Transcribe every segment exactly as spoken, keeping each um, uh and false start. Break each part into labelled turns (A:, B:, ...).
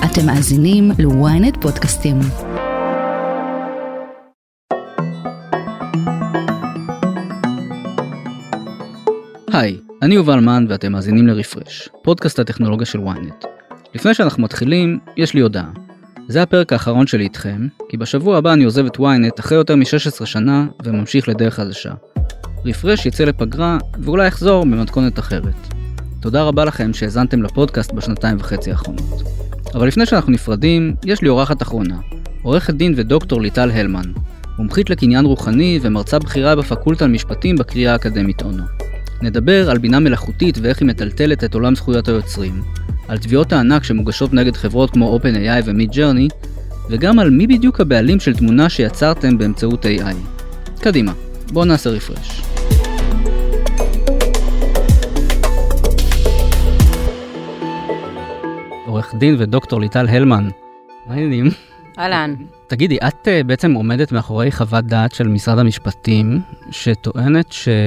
A: אתם מאזינים ל-ynet פודקאסטים.
B: היי, אני יובל מן ואתם מאזינים לרפרש, פודקאסט הטכנולוגיה של ynet. לפני שאנחנו מתחילים, יש לי הודעה. זה הפרק האחרון שלי איתכם, כי בשבוע הבא אני עוזב את ynet אחרי יותר מ-שש עשרה שנה וממשיך לדרך חדשה. רפרש יצא לפגרה ואולי יחזור במתכונת אחרת. תודה רבה לכם שהזנתם לפודקאסט בשנתיים וחצי האחרונות. אבל לפני שאנחנו נפרדים, יש לי אורחת אחרונה, עורכת דין ודוקטור ליטל הלמן, מומחית לקניין רוחני ומרצה בכירה בפקולטה למשפטים בקריה האקדמית אונו. נדבר על בינה מלאכותית ואיך היא מטלטלת את עולם זכויות היוצרים, על תביעות הענק שמוגשות נגד חברות כמו OpenAI וMidjourney, וגם על מי בדיוק הבעלים של תמונה שיצרתם באמצעות איי איי. קדימה, בואו נעשה רפרש. עורך דין ודוקטור ליטל הלמן, מה העניינים?
C: אהלן.
B: תגידי, את בעצם עומדת מאחורי חוות דעת של משרד המשפטים, שטוענת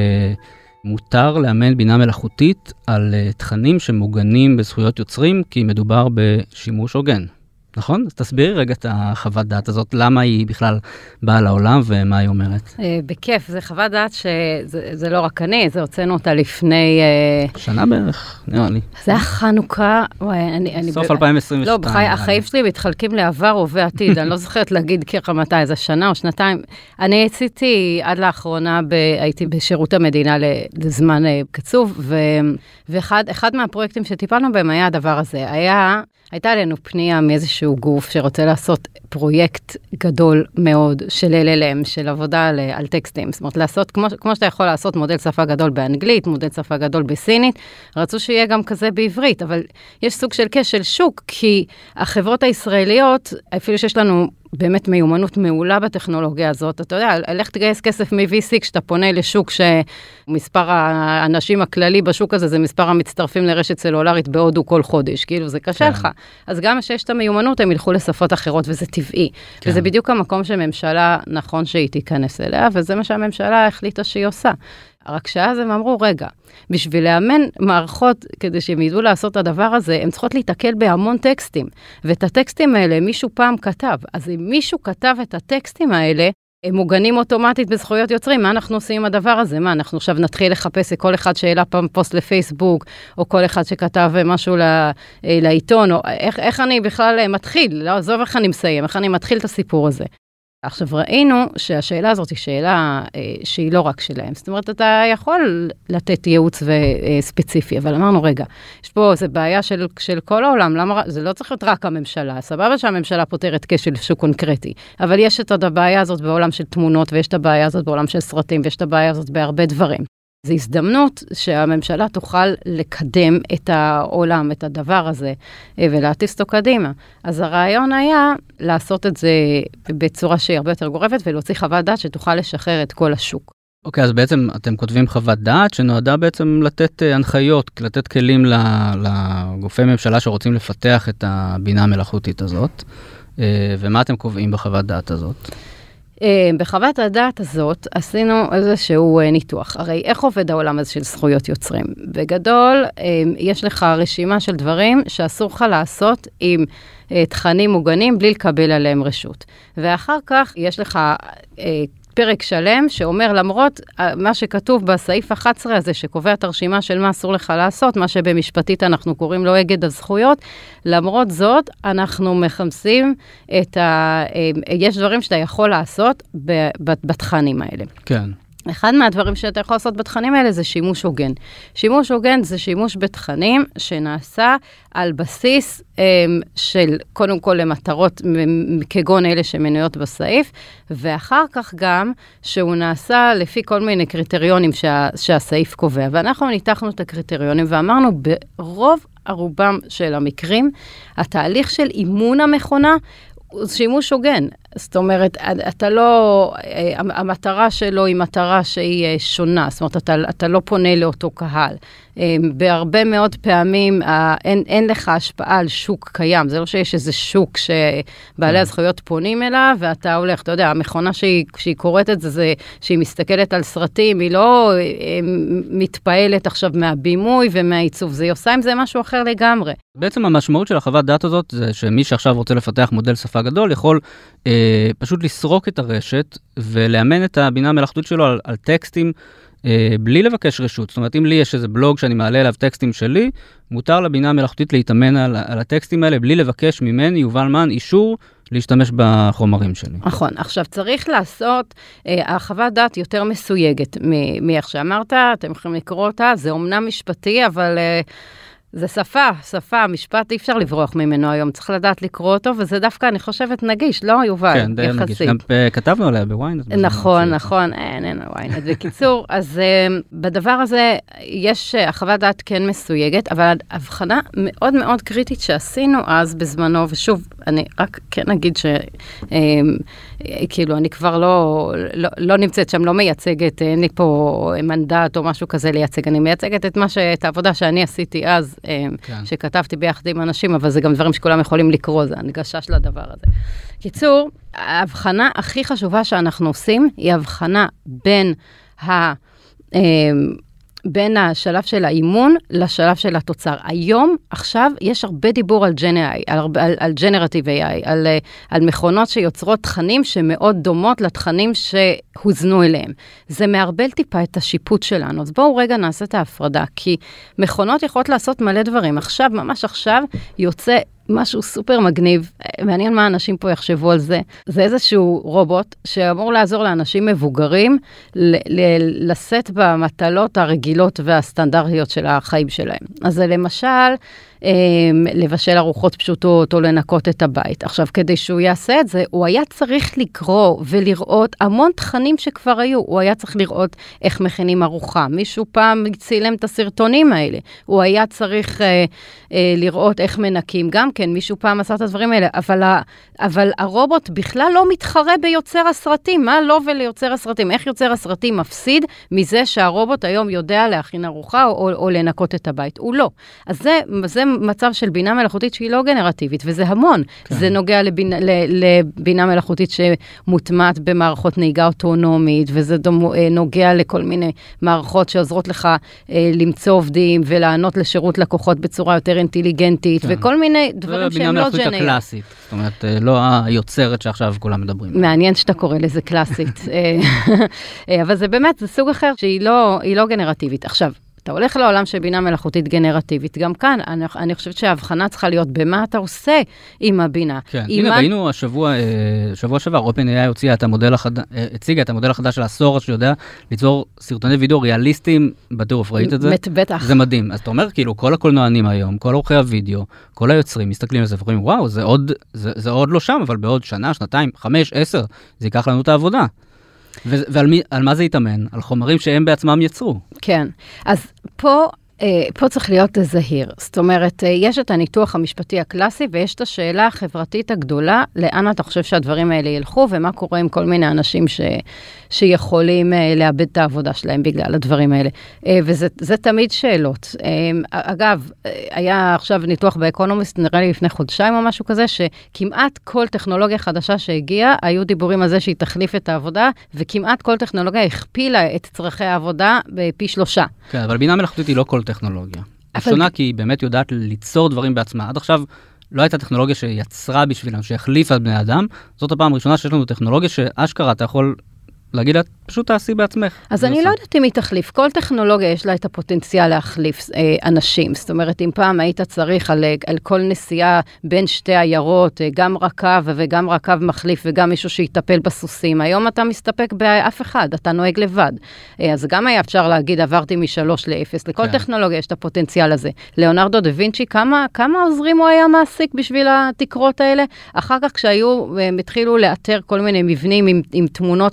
B: שמותר לאמן בינה מלאכותית על תכנים שמוגנים בזכויות יוצרים, כי מדובר בשימוש הוגן. נכון? אז תסבירי רגע את החוות דעת הזאת, למה היא בכלל באה לעולם ומה היא אומרת.
C: בכיף, זה חוות דעת שזה לא רק אני, זה הוצאנו אותה לפני...
B: שנה בערך, נראה לי.
C: זה היה חנוכה,
B: סוף אלפיים עשרים ושתיים.
C: לא, החיים שלי מתחלקים לעבר ובעתיד, אני לא זוכרת להגיד ככה מתי, איזה שנה או שנתיים. אני עשיתי עד לאחרונה, הייתי בשירות המדינה לזמן קצוב, ואחד מהפרויקטים שטיפלנו בהם היה הדבר הזה, היה... הייתה עלינו פנייה מאיזשהו גוף שרוצה לעשות פרויקט גדול מאוד של אל אל אם, של עבודה על, על טקסטים. זאת אומרת, לעשות, כמו, כמו שאתה יכול לעשות מודל שפה גדול באנגלית, מודל שפה גדול בסינית, רצו שיהיה גם כזה בעברית, אבל יש סוג של כשל שוק, כי החברות הישראליות, אפילו שיש לנו באמת מיומנות מעולה בטכנולוגיה הזאת, אתה יודע, הלך תגייס כסף מ-וי סי כשאתה פונה לשוק שמספר האנשים הכללי בשוק הזה, זה מספר המצטרפים לרשת סלולרית בהודו כל חודש, כאילו זה קשה לך. אז גם שיש את המיומנות, הם ילכו לשפות אחרות, וזה טבעי. וזה בדיוק המקום שממשלה נכון שהיא תיכנס אליה, וזה מה שהממשלה החליטה שהיא עושה. רק שאז הם אמרו, רגע, בשביל לאמן מערכות, כדי שהם ידעו לעשות את הדבר הזה, הם צריכות להתעכל בהמון טקסטים. ואת הטקסטים האלה מישהו פעם כתב. אז אם מישהו כתב את הטקסטים האלה, הם מוגנים אוטומטית בזכויות יוצרים. מה אנחנו עושים עם הדבר הזה? מה, אנחנו עכשיו נתחיל לחפש כל אחד שאלה פעם פוסט לפייסבוק, או כל אחד שכתב משהו לעיתון, או איך, איך אני בכלל מתחיל? לא, עזוב איך אני מסיים, איך אני מתחיל את הסיפור הזה. עכשיו ראינו שהשאלה הזאת היא שאלה אה, שהיא לא רק שלהם. זאת אומרת, אתה יכול לתת ייעוץ וספציפי, אבל אמרנו, רגע, יש פה איזו בעיה של, של כל העולם, למה, זה לא צריך להיות רק הממשלה, סבבה שהממשלה פותרת כשל שוק קונקרטי, אבל יש את הבעיה הזאת בעולם של תמונות, ויש את הבעיה הזאת בעולם של סרטים, ויש את הבעיה הזאת בהרבה דברים. זו הזדמנות שהממשלה תוכל לקדם את העולם, את הדבר הזה, ולהטיס אותו קדימה. אז הרעיון היה לעשות את זה בצורה שהיא הרבה יותר גורפת, ולהוציא חוות דעת שתוכל לשחרר את כל השוק.
B: אוקיי, אז בעצם אתם כותבים חוות דעת שנועדה בעצם לתת הנחיות, לתת כלים לגופי ממשלה שרוצים לפתח את הבינה המלאכותית הזאת. ומה אתם קובעים בחוות דעת הזאת?
C: בחוות הדעת הזאת עשינו איזשהו ניתוח. הרי איך עובד העולם הזה של זכויות יוצרים? בגדול, יש לך רשימה של דברים שאסור לך לעשות עם תכנים מוגנים בלי לקבל עליהם רשות. ואחר כך יש לך פרק שלם שאומר למרות מה שכתוב בסעיף אחת עשרה הזה שקובע את הרשימה של מה אסור לך לעשות, מה שבמשפטית אנחנו קוראים לו אגד הזכויות, למרות זאת אנחנו מחמסים את ה... יש דברים שאתה יכול לעשות בתכנים האלה.
B: כן.
C: אחד מהדברים שאתה יכול לעשות בתכנים האלה זה שימוש הוגן. שימוש הוגן זה שימוש בתכנים שנעשה על בסיס אה, של קודם כל למטרות כגון אלה שמנויות בסעיף, ואחר כך גם שהוא נעשה לפי כל מיני קריטריונים שה, שהסעיף קובע. ואנחנו ניתחנו את הקריטריונים ואמרנו ברוב הרובם של המקרים, התהליך של אימון המכונה, שימוש הוגן. זאת אומרת, אתה לא, המטרה שלו היא מטרה שהיא שונה, זאת אומרת, אתה, אתה לא פונה לאותו קהל. בהרבה מאוד פעמים אין, אין לך השפעה על שוק קיים, זה לא שיש איזה שוק שבעלי הזכויות פונים אליו, ואתה הולך, אתה יודע, המכונה שהיא, שהיא קוראת את זה, זה שהיא מסתכלת על סרטים, היא לא מתפעלת עכשיו מהבימוי ומהעיצוב, זה היא עושה עם זה משהו אחר לגמרי.
B: בעצם המשמעות של החוות דעת הזאת, זה שמי שעכשיו רוצה לפתח מודל שפה גדול, יכול אה, פשוט לסרוק את הרשת, ולאמן את הבינה המלאכותית שלו על, על טקסטים, בלי לבקש רשות. זאת אומרת, אם לי יש איזה בלוג שאני מעלה אליו טקסטים שלי, מותר לבינה המלאכותית להתאמן על, על הטקסטים האלה, בלי לבקש ממני, יובל מן, אישור להשתמש בחומרים שלי.
C: נכון. עכשיו, צריך לעשות, אה, החוות דעת יותר מסויגת מאיך שאמרת, אתם יכולים לקרוא אותה, זה אומנם משפטי, אבל... אה, זה שפה, שפה, משפט, אי אפשר לברוח ממנו היום, צריך לדעת לקרוא אותו, וזה דווקא, אני חושבת, נגיש, לא, יובל?
B: כן, די נגיש, גם כתבנו עליה בוויינט.
C: נכון, נכון, אין, אין וויינט. בקיצור, אז בדבר הזה, יש, החוות דעת כן מסויגת, אבל הבחנה מאוד מאוד קריטית שעשינו אז בזמנו, ושוב, אני רק כן אגיד ש... כאילו, אני כבר לא, לא, לא נמצאת שם, לא מייצגת, אין לי פה מנדט או משהו כזה לייצג, אני מייצגת את מה ש... את העבודה שאני עשיתי אז, כן. שכתבתי ביחד עם אנשים, אבל זה גם דברים שכולם יכולים לקרוא, זה הנגשה של הדבר הזה. קיצור, ההבחנה הכי חשובה שאנחנו עושים, היא הבחנה בין ה... בין השלב של האימון לשלב של התוצר. היום, עכשיו, יש הרבה דיבור על ג'ן איי איי, על, על, על ג'נרטיב איי איי, על, על מכונות שיוצרות תכנים שמאוד דומות לתכנים שהוזנו אליהם. זה מערבל טיפה את השיפוט שלנו. אז בואו רגע נעשה את ההפרדה, כי מכונות יכולות לעשות מלא דברים. עכשיו, ממש עכשיו, יוצא משהו סופר מגניב, מעניין מה אנשים פה יחשבו על זה. זה איזשהו רובוט שאמור לעזור לאנשים מבוגרים לשאת במטלות הרגילות והסטנדרטיות של החיים שלהם. אז זה למשל, לבשל ארוחות פשוטות או לנקות את הבית. עכשיו, כדי שהוא יעשה את זה, הוא היה צריך לקרוא ולראות המון תכנים שכבר היו. הוא היה צריך לראות איך מכינים ארוחה. מישהו פעם צילם את הסרטונים האלה. הוא היה צריך אה, אה, לראות איך מנקים. גם כן, מישהו פעם עשה את הדברים האלה. אבל, ה, אבל הרובוט בכלל לא מתחרה ביוצר הסרטים. מה לא וליוצר הסרטים? איך יוצר הסרטים מפסיד מזה שהרובוט היום יודע להכין ארוחה או, או, או לנקות את הבית? הוא לא. אז זה, זה מצב של בינה מלאכותית שהיא לא גנרטיבית, וזה המון. כן. זה נוגע לבינה, לבינה מלאכותית שמוטמעת במערכות נהיגה אוטונומית, וזה דומו, נוגע לכל מיני מערכות שעוזרות לך אה, למצוא עובדים, ולענות לשירות לקוחות בצורה יותר אינטליגנטית, כן. וכל מיני דברים שהם לא ג'נרטיבית. בינה מלאכותית הקלאסית,
B: זאת אומרת, לא היוצרת שעכשיו כולם מדברים.
C: מעניין שאתה קורא לזה קלאסית. אבל זה באמת, זה סוג אחר שהיא לא, היא לא גנרטיבית. עכשיו, אתה הולך לעולם של בינה מלאכותית גנרטיבית, גם כאן, אני, אני חושבת שההבחנה צריכה להיות במה אתה עושה עם הבינה.
B: כן, הנה, מה... ראינו השבוע, שבוע שעבר, OpenAI הוציאה את המודל החדש, הציגה את המודל החדש של הסור, שיודע ליצור סרטוני וידאו ריאליסטיים בטירוף, ראית את זה?
C: בטח.
B: זה מדהים. אז אתה אומר, כאילו, כל הקולנוענים היום, כל עורכי הוידאו, כל היוצרים, מסתכלים על זה, ואומרים, וואו, זה עוד, זה, זה עוד לא שם, אבל בעוד שנה, שנתיים, חמש, עשר, זה ייקח לנו את העבודה. ועל מי, על מה זה יתאמן? על חומרים שהם בעצמם יצרו.
C: כן. אז פה, פה צריך להיות זהיר. זאת אומרת, יש את הניתוח המשפטי הקלאסי, ויש את השאלה החברתית הגדולה, לאן אתה חושב שהדברים האלה ילכו, ומה קורה עם כל מיני אנשים ש, שיכולים לאבד את העבודה שלהם בגלל הדברים האלה. וזה זה תמיד שאלות. אגב, היה עכשיו ניתוח באקונומיסט, נראה לי לפני חודשיים או משהו כזה, שכמעט כל טכנולוגיה חדשה שהגיעה, היו דיבורים על זה שהיא תחליף את העבודה, וכמעט כל טכנולוגיה הכפילה את צרכי העבודה בפי שלושה.
B: כן, אבל בינה מלאכותית היא לא כל טכנולוגיה. היא שונה כי היא באמת יודעת ליצור דברים בעצמה. עד עכשיו לא הייתה טכנולוגיה שיצרה בשבילנו, שהחליפה את בני אדם. זאת הפעם הראשונה שיש לנו טכנולוגיה שאשכרה אתה יכול להגיד, את פשוט תעשי בעצמך.
C: אז אני לא יודעת אם היא תחליף. כל טכנולוגיה יש לה את הפוטנציאל להחליף אה, אנשים. זאת אומרת, אם פעם היית צריך על, על כל נסיעה בין שתי עיירות, גם רכב וגם רכב מחליף וגם מישהו שיטפל בסוסים, היום אתה מסתפק באף אחד, אתה נוהג לבד. אה, אז גם היה אפשר להגיד, עברתי משלוש לאפס. לכל כן. טכנולוגיה יש את הפוטנציאל הזה. ליאונרדו דה וינצ'י, כמה, כמה עוזרים הוא היה מעסיק בשביל התקרות האלה? אחר כך כשהיו, הם התחילו לאתר כל מיני מבנים עם, עם תמונות שאנשים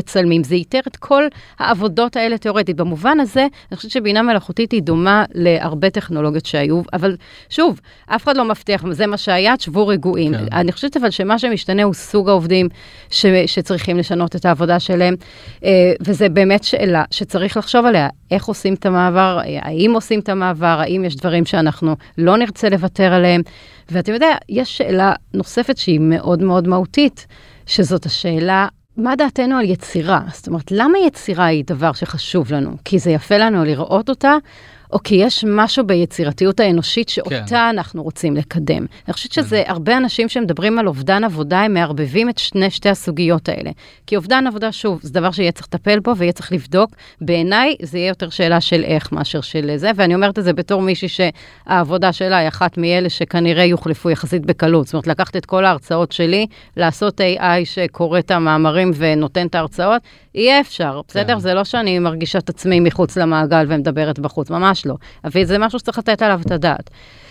C: מצלמים, זה ייתר את כל העבודות האלה תיאורטית. במובן הזה, אני חושבת שבינה מלאכותית היא דומה להרבה טכנולוגיות שהיו, אבל שוב, אף אחד לא מבטיח, זה מה שהיה, תשבו רגועים. כן. אני חושבת אבל שמה שמשתנה הוא סוג העובדים ש, שצריכים לשנות את העבודה שלהם, וזה באמת שאלה שצריך לחשוב עליה, איך עושים את המעבר, האם עושים את המעבר, האם יש דברים שאנחנו לא נרצה לוותר עליהם, ואתה יודע, יש שאלה נוספת שהיא מאוד מאוד מהותית, שזאת השאלה, מה דעתנו על יצירה? זאת אומרת, למה יצירה היא דבר שחשוב לנו? כי זה יפה לנו לראות אותה, או כי יש משהו ביצירתיות האנושית שאותה כן. אנחנו רוצים לקדם. אני חושבת שזה כן. הרבה אנשים שמדברים על אובדן עבודה, הם מערבבים את שני שתי הסוגיות האלה. כי אובדן עבודה, שוב, זה דבר שיהיה צריך לטפל בו, ויהיה צריך לבדוק. בעיניי, זה יהיה יותר שאלה של איך מאשר של זה, ואני אומרת את זה בתור מישהי שהעבודה שלה היא אחת מאלה שכנראה יוחלפו יחסית בקלות. זאת אומרת, לקחת את כל ההרצאות שלי, לעשות איי איי שקורא את המאמרים ונותן את ההרצאות, יהיה אפשר. בסדר? זה לא שאני מרגישה את עצמי מחוץ למעגל ומדברת בחוץ, ממש לא. אבל זה משהו שצריך לתת עליו את הדעת.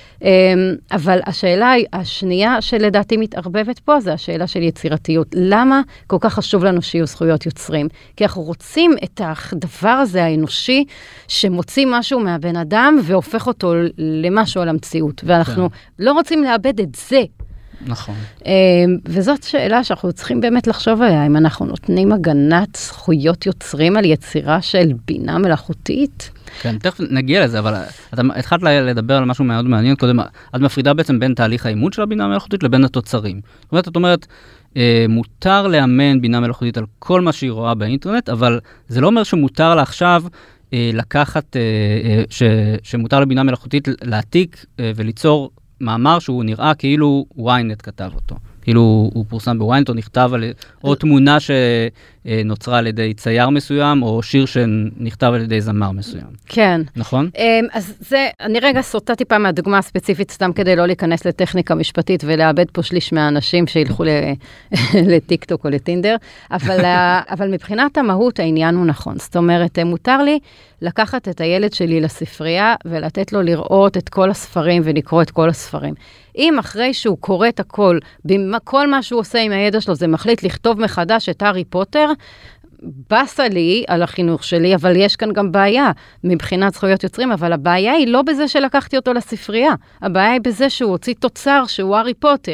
C: אבל השאלה השנייה שלדעתי מתערבבת פה, זה השאלה של יצירתיות. למה כל כך חשוב לנו שיהיו זכויות יוצרים? כי אנחנו רוצים את הדבר הזה האנושי, שמוציא משהו מהבן אדם, והופך אותו למשהו על המציאות. ואנחנו לא רוצים לאבד את זה.
B: נכון.
C: וזאת שאלה שאנחנו צריכים באמת לחשוב עליה, אם אנחנו נותנים הגנת זכויות יוצרים על יצירה של בינה מלאכותית.
B: כן, תכף נגיע לזה, אבל אתה התחלת לדבר על משהו מאוד מעניין קודם, את מפרידה בעצם בין תהליך האימות של הבינה המלאכותית לבין התוצרים. זאת אומרת, את אומרת, מותר לאמן בינה מלאכותית על כל מה שהיא רואה באינטרנט, אבל זה לא אומר שמותר לה עכשיו לקחת, שמותר לבינה מלאכותית להעתיק וליצור מאמר שהוא נראה כאילו וויינט כתב אותו. כאילו הוא פורסם בוויינט או נכתב על, או תמונה שנוצרה על ידי צייר מסוים, או שיר שנכתב על ידי זמר מסוים.
C: כן.
B: נכון?
C: אז זה, אני רגע סוטה טיפה מהדוגמה הספציפית, סתם כדי לא להיכנס לטכניקה משפטית, ולאבד פה שליש מהאנשים שילכו לטיקטוק או לטינדר, אבל, אבל מבחינת המהות העניין הוא נכון. זאת אומרת, מותר לי לקחת את הילד שלי לספרייה, ולתת לו לראות את כל הספרים, ולקרוא את כל הספרים. אם אחרי שהוא קורא את הכל, כל מה שהוא עושה עם הידע שלו, זה מחליט לכתוב מחדש את הארי פוטר, בסה לי על החינוך שלי, אבל יש כאן גם בעיה מבחינת זכויות יוצרים, אבל הבעיה היא לא בזה שלקחתי אותו לספרייה, הבעיה היא בזה שהוא הוציא תוצר שהוא הארי פוטר.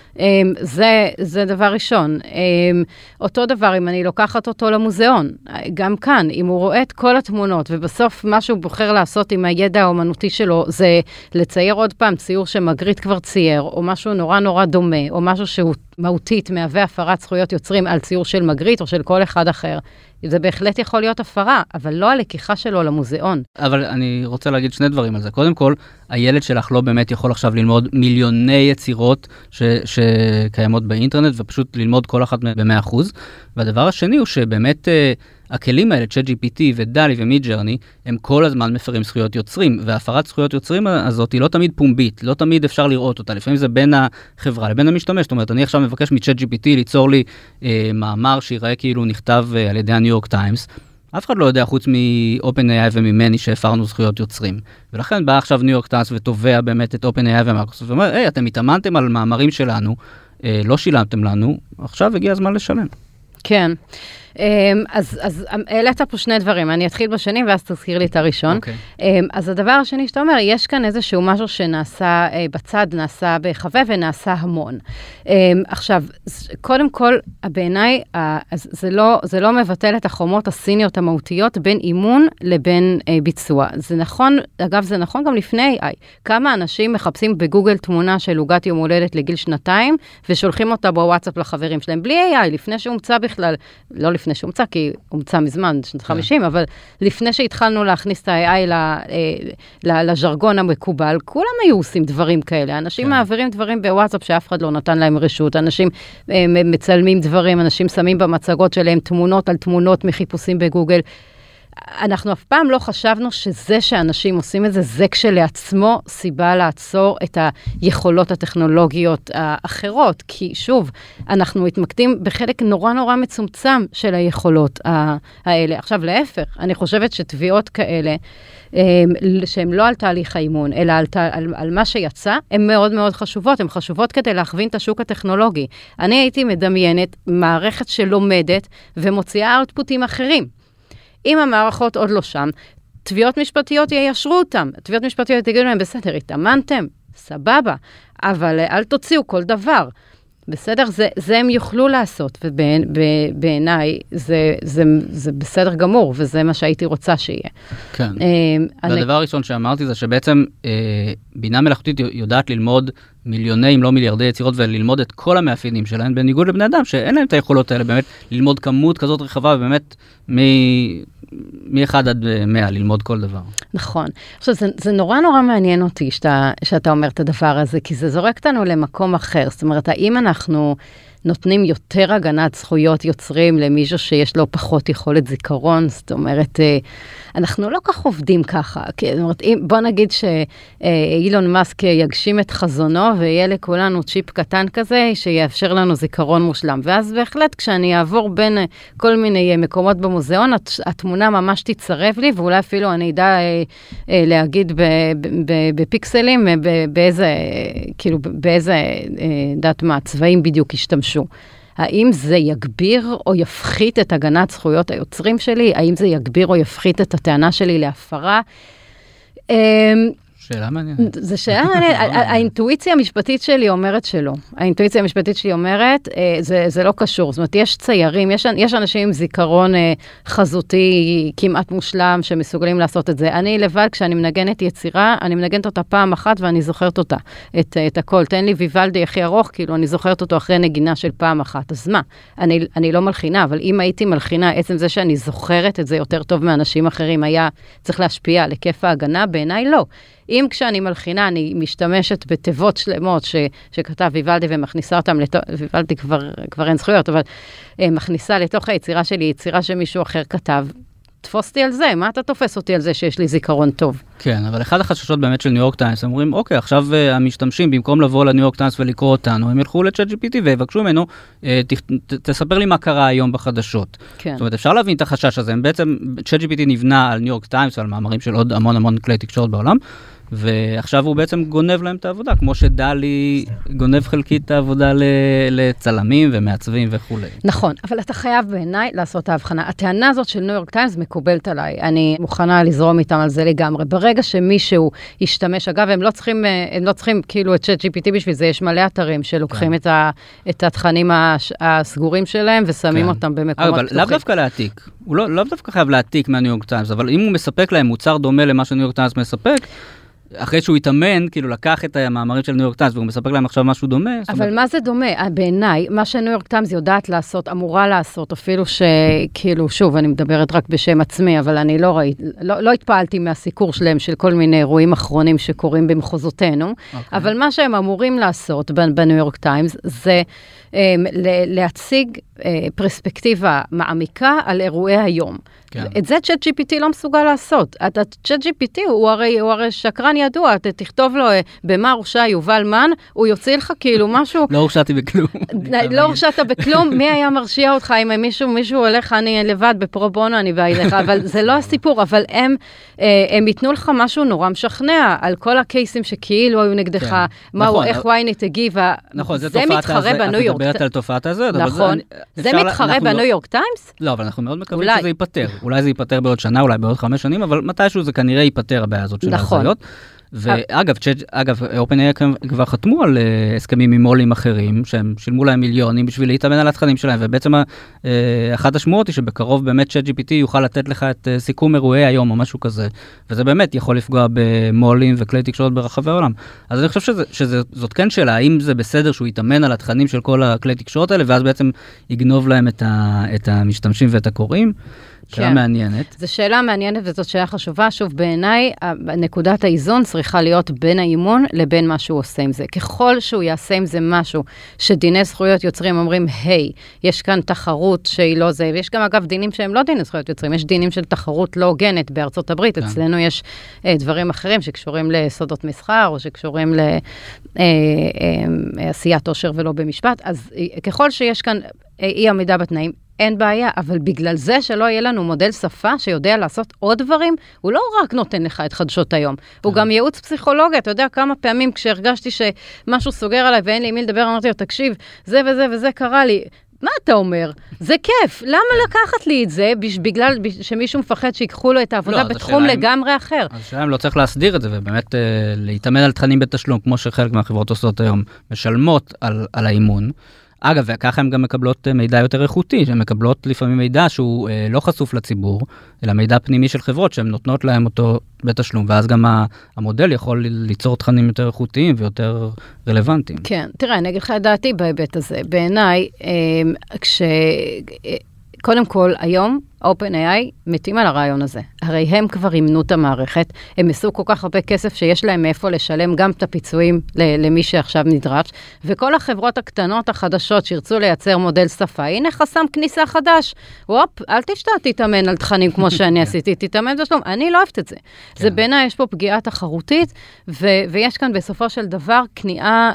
C: זה, זה דבר ראשון. אותו דבר, אם אני לוקחת אותו למוזיאון, גם כאן, אם הוא רואה את כל התמונות, ובסוף מה שהוא בוחר לעשות עם הידע האומנותי שלו, זה לצייר עוד פעם ציור שמגריט כבר צייר, או משהו נורא נורא דומה, או משהו שהוא מהותית מהווה הפרת זכויות יוצרים על ציור של מגריט, או של כל אחד אחר. זה בהחלט יכול להיות הפרה, אבל לא הלקיחה שלו למוזיאון.
B: אבל אני רוצה להגיד שני דברים על זה. קודם כל, הילד שלך לא באמת יכול עכשיו ללמוד מיליוני יצירות ש- שקיימות באינטרנט, ופשוט ללמוד כל אחת ב-מאה אחוז. והדבר השני הוא שבאמת הכלים האלה, צ'אט ג'י פי טי ודלי ומידג'רני, הם כל הזמן מפרים זכויות יוצרים, והפרת זכויות יוצרים הזאת היא לא תמיד פומבית, לא תמיד אפשר לראות אותה, לפעמים זה בין החברה לבין המשתמש, זאת אומרת, אני עכשיו מבקש מצ'אט ג'י פי טי ליצור לי אה, מאמר שיראה כאילו נכתב אה, על ידי הניו יורק טיימס, אף אחד לא יודע חוץ מ-אופן איי איי וממני שהפרנו זכויות יוצרים, ולכן בא עכשיו ניו יורק טיימס ותובע באמת את אופן איי איי ומיקרוסופט, ואומר, היי, אתם התאמנתם על מאמרים שלנו, אה, לא שילמתם לנו, עכשיו הגיע הזמן לשלם.
C: כן. אז, אז העלית פה שני דברים, אני אתחיל בשני ואז תזכיר לי את הראשון. Okay. אז הדבר השני שאתה אומר, יש כאן איזשהו משהו שנעשה בצד, נעשה בחווה ונעשה המון. עכשיו, קודם כל, בעיניי, זה לא, זה לא מבטל את החומות הסיניות המהותיות בין אימון לבין ביצוע. זה נכון, אגב, זה נכון גם לפני איי איי. כמה אנשים מחפשים בגוגל תמונה של עוגת יום הולדת לגיל שנתיים, ושולחים אותה בוואטסאפ לחברים שלהם, בלי איי איי, לפני שהומצא בכלל, לא לפני שהומצא, כי הומצא מזמן, שנת חמישים, אבל לפני שהתחלנו להכניס את ה-איי איי לז'רגון המקובל, כולם היו עושים דברים כאלה. אנשים מעבירים דברים בוואטסאפ שאף אחד לא נתן להם רשות, אנשים מצלמים דברים, אנשים שמים במצגות שלהם תמונות על תמונות מחיפושים בגוגל. אנחנו אף פעם לא חשבנו שזה שאנשים עושים את זה, זה כשלעצמו סיבה לעצור את היכולות הטכנולוגיות האחרות, כי שוב, אנחנו מתמקדים בחלק נורא נורא מצומצם של היכולות האלה. עכשיו, להפך, אני חושבת שתביעות כאלה, שהן לא על תהליך האימון, אלא על, על, על מה שיצא, הן מאוד מאוד חשובות, הן חשובות כדי להכווין את השוק הטכנולוגי. אני הייתי מדמיינת מערכת שלומדת ומוציאה אאוטפוטים אחרים. אם המערכות עוד לא שם, תביעות משפטיות יישרו אותם. תביעות משפטיות תגידו להם, בסדר, התאמנתם, סבבה, אבל אל תוציאו כל דבר. בסדר? זה, זה הם יוכלו לעשות, ובעיניי זה, זה, זה בסדר גמור, וזה מה שהייתי רוצה שיהיה.
B: כן. והדבר הראשון שאמרתי זה שבעצם בינה מלאכותית יודעת ללמוד מיליוני, אם לא מיליארדי יצירות, וללמוד את כל המאפיינים שלהן, בניגוד לבני אדם, שאין להם את היכולות האלה, באמת ללמוד כמות כזאת רחבה, ובאמת מ-אחד עד מאה ללמוד כל דבר.
C: נכון. עכשיו, זה, זה נורא נורא מעניין אותי שאתה, שאתה אומר את הדבר הזה, כי זה זורק אותנו למקום אחר. זאת אומרת, האם אנחנו נותנים יותר הגנת זכויות יוצרים למישהו שיש לו פחות יכולת זיכרון? זאת אומרת, אנחנו לא כך עובדים ככה. זאת אומרת, בוא נגיד שאילון מאסק יגשים את חזונו, ויהיה לכולנו צ'יפ קטן כזה, שיאפשר לנו זיכרון מושלם. ואז בהחלט, כשאני אעבור בין כל מיני מקומות במוזיאון, התמונה ממש תצרב לי, ואולי אפילו אני אדע להגיד בפיקסלים, באיזה, כאילו, באיזה דת מה, צבעים בדיוק השתמשו. האם זה יגביר או יפחית את הגנת זכויות היוצרים שלי? האם זה יגביר או יפחית את הטענה שלי להפרה?
B: שאלה מעניינת.
C: זו שאלה מעניינת. האינטואיציה המשפטית שלי אומרת שלא. האינטואיציה המשפטית שלי אומרת, זה, זה לא קשור. זאת אומרת, יש ציירים, יש, יש אנשים עם זיכרון חזותי כמעט מושלם שמסוגלים לעשות את זה. אני לבד, כשאני מנגנת יצירה, אני מנגנת אותה פעם אחת ואני זוכרת אותה, את, את הכל. תן לי ויוולדי הכי ארוך, כאילו אני זוכרת אותו אחרי נגינה של פעם אחת. אז מה? אני, אני לא מלחינה, אבל אם הייתי מלחינה, עצם זה שאני זוכרת את זה יותר טוב מאנשים אחרים, היה צריך להשפיע על היקף ההגנה, בעיניי לא. אם כשאני מלחינה, אני משתמשת בתיבות שלמות ש, שכתב ויוולדי ומכניסה אותם לתוך, ויוולדי כבר, כבר אין זכויות, אבל אה, מכניסה לתוך היצירה שלי, יצירה שמישהו אחר כתב, תפוסתי על זה, מה אתה תופס אותי על זה שיש לי זיכרון טוב?
B: כן, אבל אחד החששות באמת של ניו יורק טיימס, הם אומרים, אוקיי, עכשיו uh, המשתמשים, במקום לבוא לניו יורק טיימס ולקרוא אותנו, הם ילכו ל-צ'אט ג'י פי טי ויבקשו ממנו, uh, ת, ת, תספר לי מה קרה היום בחדשות. כן. זאת אומרת, אפשר להבין את החשש הזה, הם בעצם, צ'אט ג'י פי טי נבנה על ניו יורק טיימס, על מאמרים של עוד המון המון כלי תקשורת בעולם, ועכשיו הוא בעצם גונב להם את העבודה, כמו שדלי גונב חלקית את העבודה לצלמים ומעצבים וכו'.
C: נכון, אבל אתה חייב בעיניי לעשות את ההבחנה. הטענה הזאת של ניו יורק טיימס מקובלת עליי. אני מוכנה לזרום איתם על זה לגמרי. ברגע שמישהו ישתמש, אגב, הם לא צריכים, הם לא צריכים כאילו את צ'אט ג'י פי טי בשביל זה, יש מלא אתרים שלוקחים את ה, את התכנים הסגורים שלהם ושמים אותם במקומות פתוחים.
B: אבל לאו דווקא להעתיק. הוא לא, לא דווקא חייב להעתיק מהניו יורק טיימס, אבל אם הוא מספק להם מוצר דומה למה שניו יורק טיימס מספק, אחרי שהוא התאמן, כאילו לקח את המאמרים של ניו יורק טיימס, והוא מספק להם עכשיו משהו דומה.
C: אבל מה זה דומה? בעיניי, מה שניו יורק טיימס יודעת לעשות, אמורה לעשות, אפילו שכאילו, שוב, אני מדברת רק בשם עצמי, אבל אני לא ראיתי, לא, לא התפעלתי מהסיקור שלהם של כל מיני אירועים אחרונים שקורים במחוזותינו, אבל מה שהם אמורים לעשות בניו יורק טיימס, זה להציג פרספקטיבה מעמיקה על אירועי היום. כן. את זה צ'אט ג'י פי טי לא מסוגל לעשות. צ'אט ג'י פי טי הוא הרי, הוא הרי שקרן ידוע, אתה תכתוב לו במה הורשע יובל מן, הוא יוציא לך כאילו משהו...
B: לא הורשעתי בכלום.
C: לא הורשעת בכלום, מי היה מרשיע אותך אם מישהו, מישהו הולך, אני לבד בפרו בונו, אני באה אליך, אבל זה לא הסיפור, אבל הם, הם ייתנו לך משהו נורא משכנע על כל הקייסים שכאילו היו נגדך, מהו, איך וויינט הגיבה, זה מתחרה בניו יורק.
B: את מדברת על תופעת הזאת.
C: נכון. זה מתחרה בניו יורק טיימס?
B: לא, אבל אנחנו מאוד מקווים שזה ייפטר. אולי זה ייפטר בעוד שנה, אולי בעוד חמש שנים, אבל מתישהו זה כנראה ייפטר הבעיה הזאת של ההרצאות. ואגב, אגב, OpenAI כבר חתמו על הסכמים עם מולים אחרים, שהם שילמו להם מיליונים בשביל להתאמן על התכנים שלהם, ובעצם אחת השמועות היא שבקרוב באמת צ'אט ג'י פי טי יוכל לתת לך את סיכום אירועי היום או משהו כזה, וזה באמת יכול לפגוע במולים וכלי תקשורת ברחבי העולם. אז אני חושב שזאת כן שאלה, האם זה בסדר שהוא יתאמן על התכנים של כל הכלי תקשורת האלה, ואז בעצם יגנוב להם את המשתמשים ואת הקוראים. שאלה מעניינת.
C: זו שאלה מעניינת וזאת שאלה חשובה. שוב, בעיניי, נקודת האיזון צריכה להיות בין האימון לבין מה שהוא עושה עם זה. ככל שהוא יעשה עם זה משהו שדיני זכויות יוצרים אומרים, היי, יש כאן תחרות שהיא לא זה, ויש גם אגב דינים שהם לא דיני זכויות יוצרים, יש דינים של תחרות לא הוגנת בארצות הברית, אצלנו יש דברים אחרים שקשורים לסודות מסחר, או שקשורים לעשיית עושר ולא במשפט, אז ככל שיש כאן אי עמידה בתנאים, אין בעיה, אבל בגלל זה שלא יהיה לנו מודל שפה שיודע לעשות עוד דברים, הוא לא רק נותן לך את חדשות היום, הוא גם ייעוץ פסיכולוגיה. אתה יודע כמה פעמים כשהרגשתי שמשהו סוגר עליי ואין לי מי לדבר, אמרתי לו, תקשיב, זה וזה וזה קרה לי. מה אתה אומר? זה כיף. למה לקחת לי את זה בגלל שמישהו מפחד שיקחו לו את העבודה בתחום לגמרי אחר?
B: אז שלהם לא צריך להסדיר את זה, ובאמת להתאמן על תכנים בתשלום, כמו שחלק מהחברות עושות היום, משלמות על האימון. אגב, וככה הן גם מקבלות מידע יותר איכותי, שהן מקבלות לפעמים מידע שהוא אה, לא חשוף לציבור, אלא מידע פנימי של חברות שהן נותנות להם אותו בתשלום, ואז גם המודל יכול ליצור תכנים יותר איכותיים ויותר רלוונטיים.
C: כן, תראה, אני אגיד לך את דעתי בהיבט הזה. בעיניי, אה, כש... אה, קודם כל, היום, OpenAI מתים על הרעיון הזה. הרי הם כבר אימנו את המערכת, הם עשו כל כך הרבה כסף שיש להם מאיפה לשלם גם את הפיצויים למי שעכשיו נדרש, וכל החברות הקטנות החדשות שירצו לייצר מודל שפה, הנה חסם כניסה חדש. וופ, אל תשתה, תתאמן על תכנים כמו שאני עשיתי, תתאמן בשלום. אני לא אוהבת את זה. זה בעיניי, יש פה פגיעה תחרותית, ויש כאן בסופו של דבר כניעה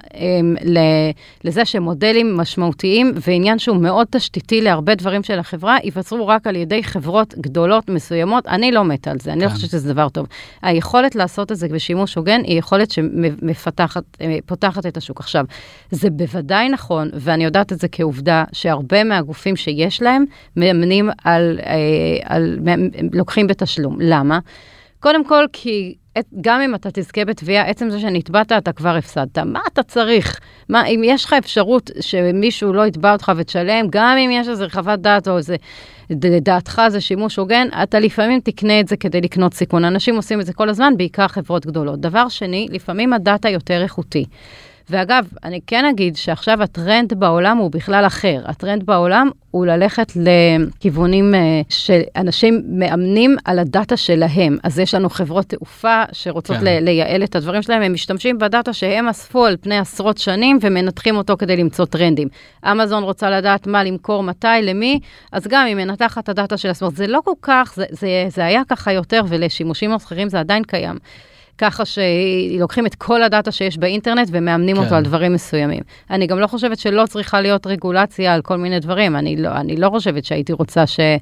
C: לזה שמודלים משמעותיים, ועניין שהוא מאוד תשתיתי להרבה דברים של החברה, ייווצרו רק על ידי חברות גדולות מסוימות. אני לא מתה על זה, אני לא חושבת שזה דבר טוב. היכולת לעשות את זה בשימוש הוגן, היא יכולת שמפתחת, פותחת את השוק. עכשיו, זה בוודאי נכון, ואני יודעת את זה כעובדה, שהרבה מהגופים שיש להם, מאמנים על, על, לוקחים בתשלום. למה? קודם כל, כי גם אם אתה תזכה בתביעה, עצם זה שנתבעת, אתה כבר הפסדת. מה אתה צריך? מה, אם יש לך אפשרות שמישהו לא יתבע אותך ותשלם, גם אם יש איזה חוות דעת או איזה דעתך זה שימוש הוגן, אתה לפעמים תקנה את זה כדי לקנות סיכון. אנשים עושים את זה כל הזמן, בעיקר חברות גדולות. דבר שני, לפעמים הדאטה יותר איכותי. ואגב, אני כן אגיד שעכשיו הטרנד בעולם הוא בכלל אחר. הטרנד בעולם הוא ללכת לכיוונים שאנשים מאמנים על הדאטה שלהם. אז יש לנו חברות תעופה שרוצות כן. לייעל את הדברים שלהם, הם משתמשים בדאטה שהם אספו על פני עשרות שנים ומנתחים אותו כדי למצוא טרנדים. אמזון רוצה לדעת מה למכור, מתי, למי, אז גם אם מנתחת את הדאטה של הסמארט, זה לא כל כך, זה, זה, זה היה ככה יותר, ולשימושים אחרים זה עדיין קיים. ככה שלוקחים את כל הדאטה שיש באינטרנט ומאמנים כן. אותו על דברים מסוימים. אני גם לא חושבת שלא צריכה להיות רגולציה על כל מיני דברים. אני לא, אני לא חושבת שהייתי רוצה שיהיה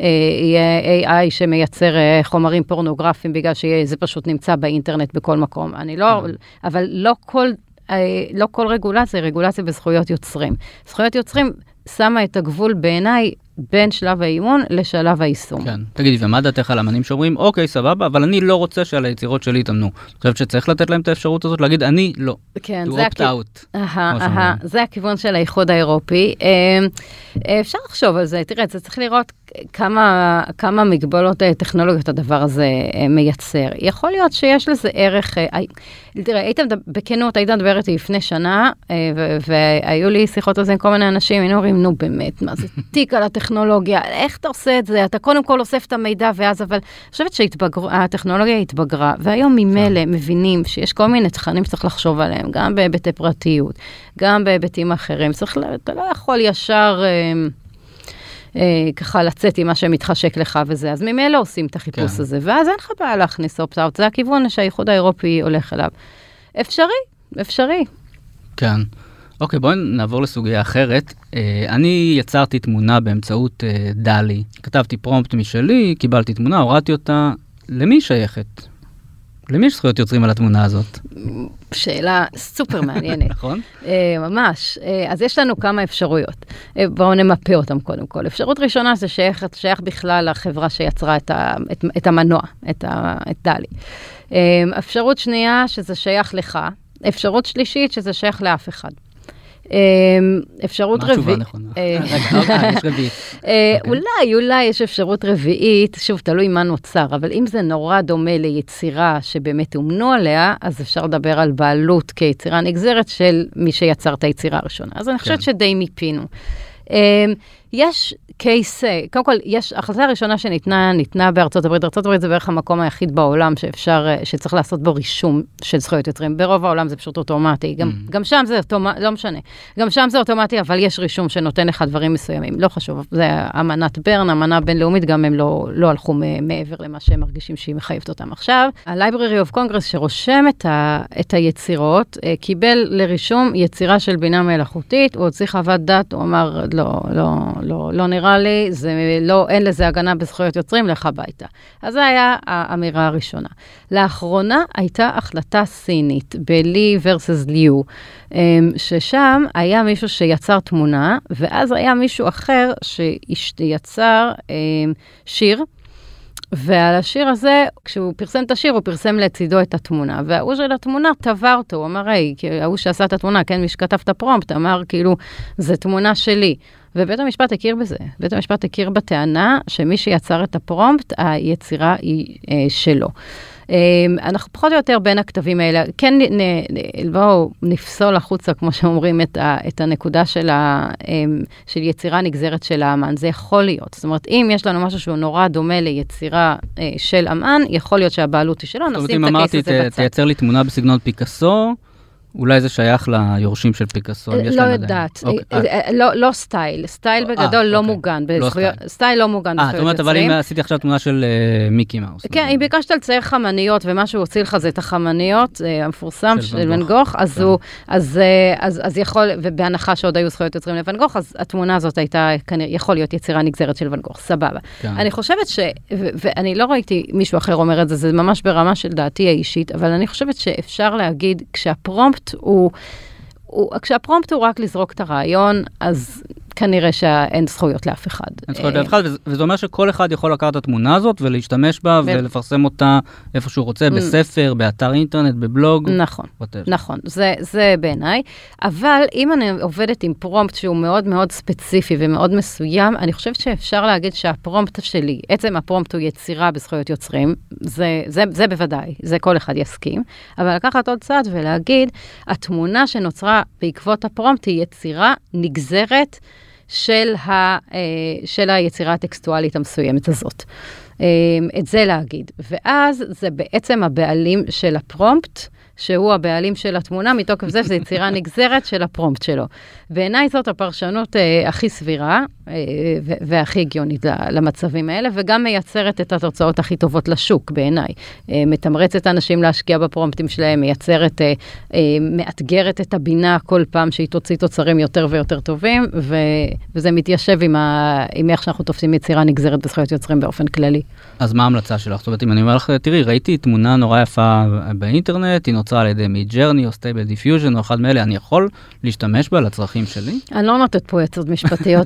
C: איי איי שמייצר חומרים פורנוגרפיים, בגלל שזה פשוט נמצא באינטרנט בכל מקום. אני לא, כן. אבל לא כל, לא כל רגולציה, רגולציה בזכויות יוצרים. זכויות יוצרים שמה את הגבול בעיניי, בין שלב האימון לשלב היישום.
B: כן. תגידי, ומה דעתך על אמנים שאומרים, אוקיי, סבבה, אבל אני לא רוצה שעל היצירות שלי יתאמנו. אני חושבת שצריך לתת להם את האפשרות הזאת, להגיד, אני לא.
C: כן,
B: to opt out.
C: אהה, אהה, זה הכיוון של האיחוד האירופי. אפשר לחשוב על זה. תראה, זה צריך לראות כמה, כמה מגבלות טכנולוגיות הדבר הזה מייצר. יכול להיות שיש לזה ערך, תראה, הייתם, בכנות, היית מדברת לי לפני שנה, והיו לי שיחות על זה עם כל מיני אנשים, היינו אומרים, נו באמת, מה זה תיק על הטכנולוגיה, איך אתה עושה את זה? אתה קודם כל אוסף את המידע ואז, אבל אני חושבת שהטכנולוגיה התבגרה, והיום ממילא מבינים שיש כל מיני תכנים שצריך לחשוב עליהם, גם בהיבטי פרטיות, גם בהיבטים אחרים. צריך, אתה לא יכול ישר ככה לצאת עם מה שמתחשק לך וזה, אז ממילא עושים את החיפוש הזה, ואז אין לך בעיה להכניס אופט-אאוט, זה הכיוון שהאיחוד האירופי הולך אליו. אפשרי, אפשרי.
B: כן. אוקיי, בואי נעבור לסוגיה אחרת. אני יצרתי תמונה באמצעות דלי. כתבתי פרומפט משלי, קיבלתי תמונה, הורדתי אותה. למי שייכת? למי יש זכויות יוצרים על התמונה הזאת?
C: שאלה סופר מעניינת.
B: נכון?
C: ממש. אז יש לנו כמה אפשרויות. בואו נמפה אותם קודם כל. אפשרות ראשונה זה שייך, שייך בכלל לחברה שיצרה את, ה, את, את המנוע, את, ה, את דלי. אפשרות שנייה שזה שייך לך. אפשרות שלישית שזה שייך לאף אחד. אפשרות רביעית.
B: מה התשובה נכונה? יש רביעית.
C: אולי, אולי יש אפשרות רביעית, שוב, תלוי מה נוצר, אבל אם זה נורא דומה ליצירה שבאמת אומנו עליה, אז אפשר לדבר על בעלות כיצירה נגזרת של מי שיצר את היצירה הראשונה. אז אני חושבת שדי מיפינו. יש קייס, קודם כל, יש, ההחלטה הראשונה שניתנה, ניתנה בארצות הברית. ארצות הברית זה בערך המקום היחיד בעולם שאפשר, שצריך לעשות בו רישום של זכויות יוצרים. ברוב העולם זה פשוט אוטומטי. גם, mm. גם שם זה אוטומטי, לא משנה. גם שם זה אוטומטי, אבל יש רישום שנותן לך דברים מסוימים. לא חשוב, זה אמנת ברן, אמנה בינלאומית, גם הם לא, לא הלכו מעבר למה שהם מרגישים שהיא מחייבת אותם. עכשיו, ה-Library of Congress שרושם את, ה, את היצירות, קיבל לרישום יצירה של בינה מלאכותית, הוא הוציא חוות דעת, הוא אמר, לא, לא, לא, לא נראה לי, זה לא, אין לזה הגנה בזכויות יוצרים, לך הביתה. אז זה היה האמירה הראשונה. לאחרונה הייתה החלטה סינית, בלי versus ליו, ששם היה מישהו שיצר תמונה, ואז היה מישהו אחר שיצר שיר, ועל השיר הזה, כשהוא פרסם את השיר, הוא פרסם לצידו את התמונה. והוא של התמונה טבע אותו, הוא אמר, היי, ההוא שעשה את התמונה, כן, מי שכתב את הפרומפט, אמר, כאילו, זה תמונה שלי. ובית המשפט הכיר בזה. בית המשפט הכיר בטענה שמי שיצר את הפרומפט, היצירה היא אה, שלו. אה, אנחנו פחות או יותר בין הכתבים האלה, כן נ, נ, בואו נפסול החוצה, כמו שאומרים, את, ה, את הנקודה של, ה, אה, של יצירה נגזרת של האמן. זה יכול להיות. זאת אומרת, אם יש לנו משהו שהוא נורא דומה ליצירה אה, של אמן, יכול להיות שהבעלות היא שלו, נשים את הקייס הזה בצד.
B: תייצר לי תמונה בסגנון פיקאסו, אולי זה שייך ליורשים של פיקאסו.
C: לא יודעת. לא סטייל. סטייל בגדול לא מוגן. סטייל לא מוגן.
B: אה, זאת אומרת, אבל אם עשיתי עכשיו תמונה של מיקי מאוס.
C: כן, אם ביקשת לצייר חמניות, ומה שהוא הוציא לך זה את החמניות, המפורסם של ון גוך, אז יכול, ובהנחה שעוד היו זכויות יוצרים לוון גוך, אז התמונה הזאת הייתה, יכול להיות יצירה נגזרת של ון גוך. סבבה. אני חושבת ש, ואני לא ראיתי מישהו אחר אומר את זה, זה ממש ברמה של דעתי האישית, אבל אני חושבת שאפשר להגיד, כשהפרומפט הוא, הוא, כשהפרומפט הוא רק לזרוק את הרעיון, אז כנראה שאין זכויות לאף אחד.
B: אין זכויות לאף אחד, וזה אומר שכל אחד יכול לקחת את התמונה הזאת ולהשתמש בה ולפרסם אותה איפה שהוא רוצה, בספר, באתר אינטרנט, בבלוג.
C: נכון, נכון, זה, זה בעיניי. אבל אם אני עובדת עם פרומפט שהוא מאוד מאוד ספציפי ומאוד מסוים, אני חושבת שאפשר להגיד שהפרומפט שלי, עצם הפרומפט הוא יצירה בזכויות יוצרים, זה, זה, זה בוודאי, זה כל אחד יסכים. אבל לקחת עוד צעד ולהגיד, התמונה שנוצרה בעקבות הפרומפט היא יצירה נגזרת של, ה, של היצירה הטקסטואלית המסוימת הזאת. את זה להגיד. ואז זה בעצם הבעלים של הפרומפט, שהוא הבעלים של התמונה, מתוקף זה שזו יצירה נגזרת של הפרומפט שלו. בעיניי זאת הפרשנות אה, הכי סבירה אה, והכי הגיונית למצבים האלה, וגם מייצרת את התוצאות הכי טובות לשוק, בעיניי. אה, מתמרצת אנשים להשקיע בפרומפטים שלהם, מייצרת, אה, אה, מאתגרת את הבינה כל פעם שהיא תוציא תוצרים יותר ויותר טובים, ו, וזה מתיישב עם, ה, עם איך שאנחנו תופסים יצירה נגזרת בזכויות יוצרים באופן כללי.
B: אז מה ההמלצה שלך? זאת אומרת, אם אני אומר לך, תראי, ראיתי תמונה נורא יפה באינטרנט, היא נוצרה על ידי מי-ג'רני או סטייבל דיפיוז'ן או אחד מאלה, אני יכול להשתמש בה לצרכים שלי?
C: אני לא נותנת פה יצאות משפטיות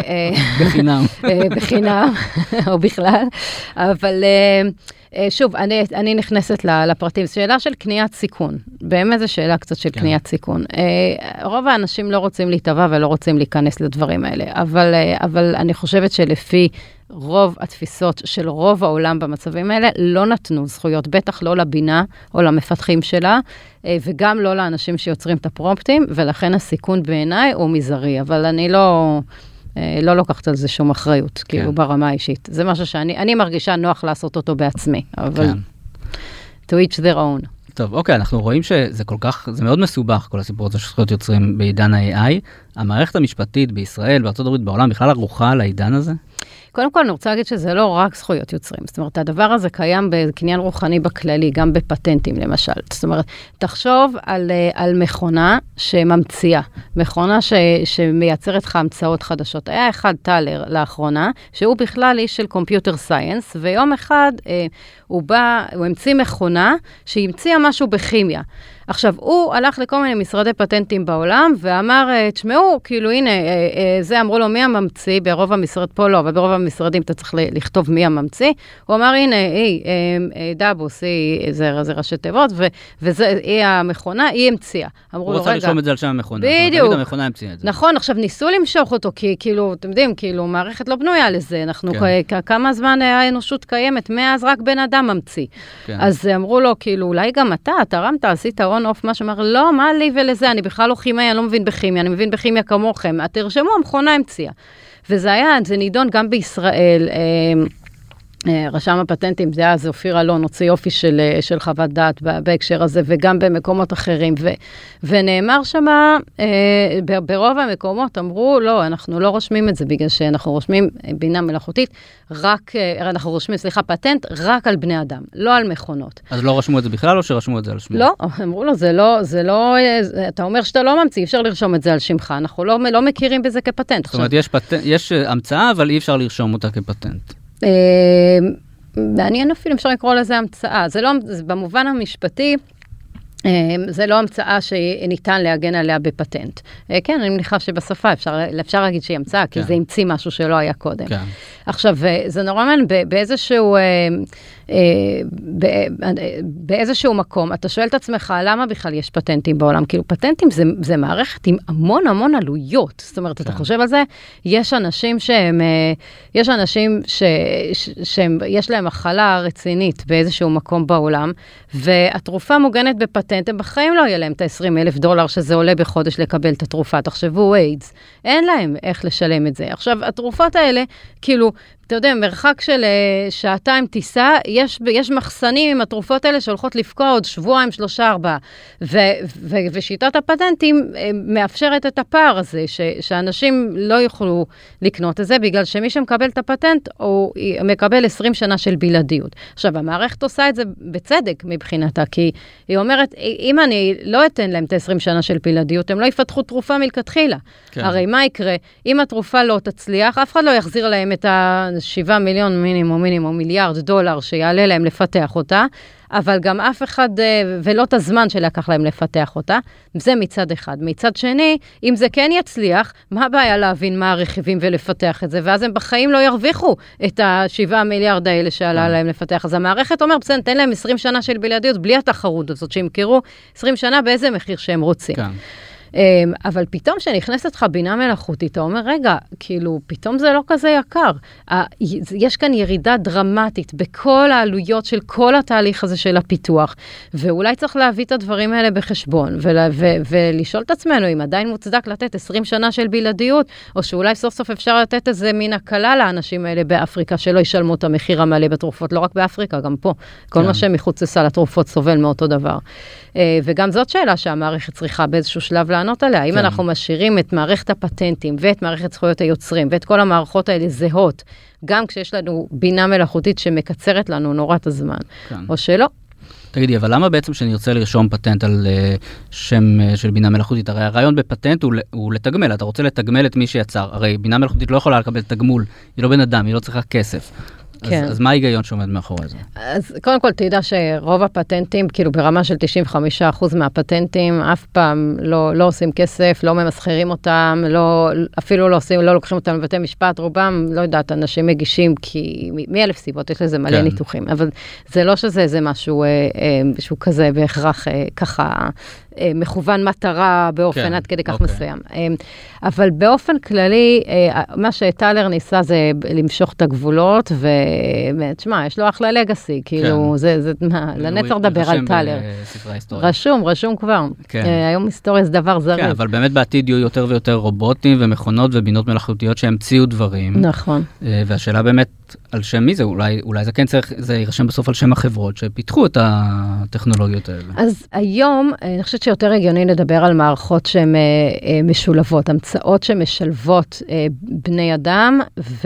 B: בחינם.
C: בחינם, או בכלל, אבל שוב, אני, אני נכנסת לפרטים. שאלה של קניית סיכון. באמת זו שאלה קצת של כן. קניית סיכון. רוב האנשים לא רוצים להתאבע ולא רוצים להיכנס לדברים האלה, אבל, אבל אני חושבת שלפי רוב התפיסות של רוב העולם במצבים האלה לא נתנו זכויות, בטח לא לבינה או למפתחים שלה, וגם לא לאנשים שיוצרים את הפרומפטים, ולכן הסיכון בעיניי הוא מזערי, אבל אני לא... לא לוקחת על זה שום אחריות, כן. כאילו ברמה האישית. זה משהו שאני אני מרגישה נוח לעשות אותו בעצמי, אבל כן. to each their own.
B: טוב, אוקיי, אנחנו רואים שזה כל כך, זה מאוד מסובך, כל הסיפור הזה של זכויות יוצרים בעידן ה-איי איי. המערכת המשפטית בישראל, בארצות הברית, בעולם, בכלל ערוכה על העידן הזה?
C: קודם כל, אני רוצה להגיד שזה לא רק זכויות יוצרים. זאת אומרת, הדבר הזה קיים בקניין רוחני בכללי, גם בפטנטים, למשל. זאת אומרת, תחשוב על, על מכונה שממציאה, מכונה ש, שמייצרת לך המצאות חדשות. היה אחד טלר לאחרונה, שהוא בכלל איש של קומפיוטר סייאנס, ויום אחד אה, הוא בא, הוא המציא מכונה שהמציאה משהו בכימיה. עכשיו, הוא הלך לכל מיני משרדי פטנטים בעולם, ואמר, תשמעו, כאילו, הנה, זה אמרו לו, מי הממציא? ברוב המשרד, פה לא, אבל ברוב המשרדים אתה צריך לכתוב מי הממציא. הוא אמר, הנה, היא, דאבוס, היא, זה, זה ראשי תיבות, והיא המכונה, היא המציאה.
B: הוא רוצה לרשום את זה על שם המכונה.
C: בדיוק.
B: המכונה המציאה את זה.
C: נכון, עכשיו ניסו למשוך אותו, כי כאילו, אתם יודעים, כאילו, מערכת לא בנויה לזה. אנחנו, כמה זמן האנושות קיימת, מאז רק בן אדם ממציא. אז אמרו לו, כאילו, אולי גם אתה, תרמת, עשית הון און אוף מה שאומר, לא, מה לי ולזה, אני בכלל לא כימי, אני לא מבין בכימיה, אני מבין בכימיה כמוכם, תרשמו, המכונה המציאה. וזה היה, זה נידון גם בישראל, רשם הפטנטים, זה היה אז אופיר אלון, הוציא יופי של, של חוות דעת בהקשר הזה, וגם במקומות אחרים, ו, ונאמר שמה, אה, ברוב המקומות אמרו, לא, אנחנו לא רושמים את זה, בגלל שאנחנו רושמים בינה מלאכותית, רק, אנחנו רושמים, סליחה, פטנט, רק על בני אדם, לא על מכונות.
B: אז לא רשמו את זה בכלל, או שרשמו את זה על שמו?
C: לא, אמרו לו, זה לא, זה לא, אתה אומר שאתה לא ממציא, אפשר לרשום את זה על שמך, אנחנו לא, לא מכירים בזה כפטנט.
B: זאת אומרת, יש, פטנט, יש המצאה, אבל אי אפשר לרשום אותה כפטנט.
C: מעניין אפילו אפשר לקרוא לזה המצאה, זה לא, במובן המשפטי, זה לא המצאה שניתן להגן עליה בפטנט. כן, אני מניחה שבשפה אפשר, אפשר להגיד שהיא המצאה, כי זה המציא משהו שלא היה קודם. עכשיו, זה נורא מעניין, באיזשהו, באיזשהו מקום, אתה שואל את עצמך, למה בכלל יש פטנטים בעולם? כאילו, פטנטים זה, זה מערכת עם המון המון עלויות. זאת אומרת, אתה חושב על זה, יש אנשים שהם, יש אנשים ש, שהם, יש להם מחלה רצינית באיזשהו מקום בעולם, והתרופה מוגנת בפטנט, הם בחיים לא יהיה להם את ה-עשרים אלף דולר שזה עולה בחודש לקבל את התרופה. תחשבו, איידס, אין להם איך לשלם את זה. עכשיו, התרופות האלה, כאילו, אתה יודע, מרחק של uh, שעתיים טיסה, יש, יש מחסנים עם התרופות האלה שהולכות לפקוע עוד שבועיים, שלושה, ארבעה. ו, ו, ושיטת הפטנטים uh, מאפשרת את הפער הזה, ש, שאנשים לא יוכלו לקנות את זה, בגלל שמי שמקבל את הפטנט, הוא מקבל עשרים שנה של בלעדיות. עכשיו, המערכת עושה את זה בצדק מבחינתה, כי היא אומרת, אם אני לא אתן להם את עשרים שנה של בלעדיות, הם לא יפתחו תרופה מלכתחילה. כן. הרי מה יקרה? אם התרופה לא תצליח, אף אחד לא יחזיר להם את ה... שבעה מיליון מינימום, מינימום, מיליארד דולר שיעלה להם לפתח אותה, אבל גם אף אחד, ולא את הזמן שלקח להם לפתח אותה, זה מצד אחד. מצד שני, אם זה כן יצליח, מה הבעיה להבין מה הרכיבים ולפתח את זה, ואז הם בחיים לא ירוויחו את השבעה מיליארד האלה שעלה להם לפתח. אז המערכת אומר, בסדר, תן להם עשרים שנה של בלעדיות, בלי התחרות הזאת, שימכרו עשרים שנה באיזה מחיר שהם רוצים. כן. אבל פתאום שנכנסת לך בינה מלאכותית, אתה אומר, רגע, כאילו, פתאום זה לא כזה יקר. יש כאן ירידה דרמטית בכל העלויות של כל התהליך הזה של הפיתוח, ואולי צריך להביא את הדברים האלה בחשבון, ולשאול את עצמנו אם עדיין מוצדק לתת עשרים שנה של בלעדיות, או שאולי סוף סוף אפשר לתת איזה מין הקלה לאנשים האלה באפריקה, שלא ישלמו את המחיר המלא בתרופות, לא רק באפריקה, גם פה. כל מה שמחוץ לסל התרופות סובל מאותו דבר. וגם זאת שאלה שהמערכת צריכה באיזשהו שלב לענות עליה. אם אנחנו משאירים את מערכת הפטנטים ואת מערכת זכויות היוצרים ואת כל המערכות האלה זהות, גם כשיש לנו בינה מלאכותית שמקצרת לנו נורא את הזמן, או שלא.
B: תגידי, אבל למה בעצם שנרצה לרשום פטנט על שם של בינה מלאכותית? הרי הרעיון בפטנט הוא לתגמל, אתה רוצה לתגמל את מי שיצר. הרי בינה מלאכותית לא יכולה לקבל תגמול, היא לא בן אדם, היא לא צריכה כסף. כן. אז, אז מה ההיגיון שעומד מאחורי זה?
C: אז קודם כל תדע שרוב הפטנטים, כאילו ברמה של תשעים וחמישה אחוז מהפטנטים, אף פעם לא, לא עושים כסף, לא ממסחרים אותם, לא, אפילו לא עושים, לא לוקחים אותם לבתי משפט, רובם, לא יודעת, אנשים מגישים, כי מאלף סיבות, יש לזה מלא כן. ניתוחים, אבל זה לא שזה זה משהו, אה, אה, שהוא כזה בהכרח אה, ככה, מכוון מטרה באופן כן, עד כדי כך אוקיי. מסוים. אבל באופן כללי, מה שטלר ניסה זה למשוך את הגבולות, ותשמע, יש לו אחלה לגאסי, כאילו, כן. זה, זה, מה, לנצר דבר על טלר. רשום, רשום כבר. כן. היום היסטוריה זה דבר זריז. כן,
B: אבל באמת בעתיד יהיו יותר ויותר רובוטים ומכונות ובינות מלאכותיות שהמציאו דברים.
C: נכון.
B: והשאלה באמת, על שם מי זה? אולי, אולי זה כן צריך, זה יירשם בסוף על שם החברות שפיתחו את הטכנולוגיות האלה.
C: אז היום, אני חושבת שיותר הגיוני לדבר על מערכות שהן משולבות, המצאות שמשלבות בני אדם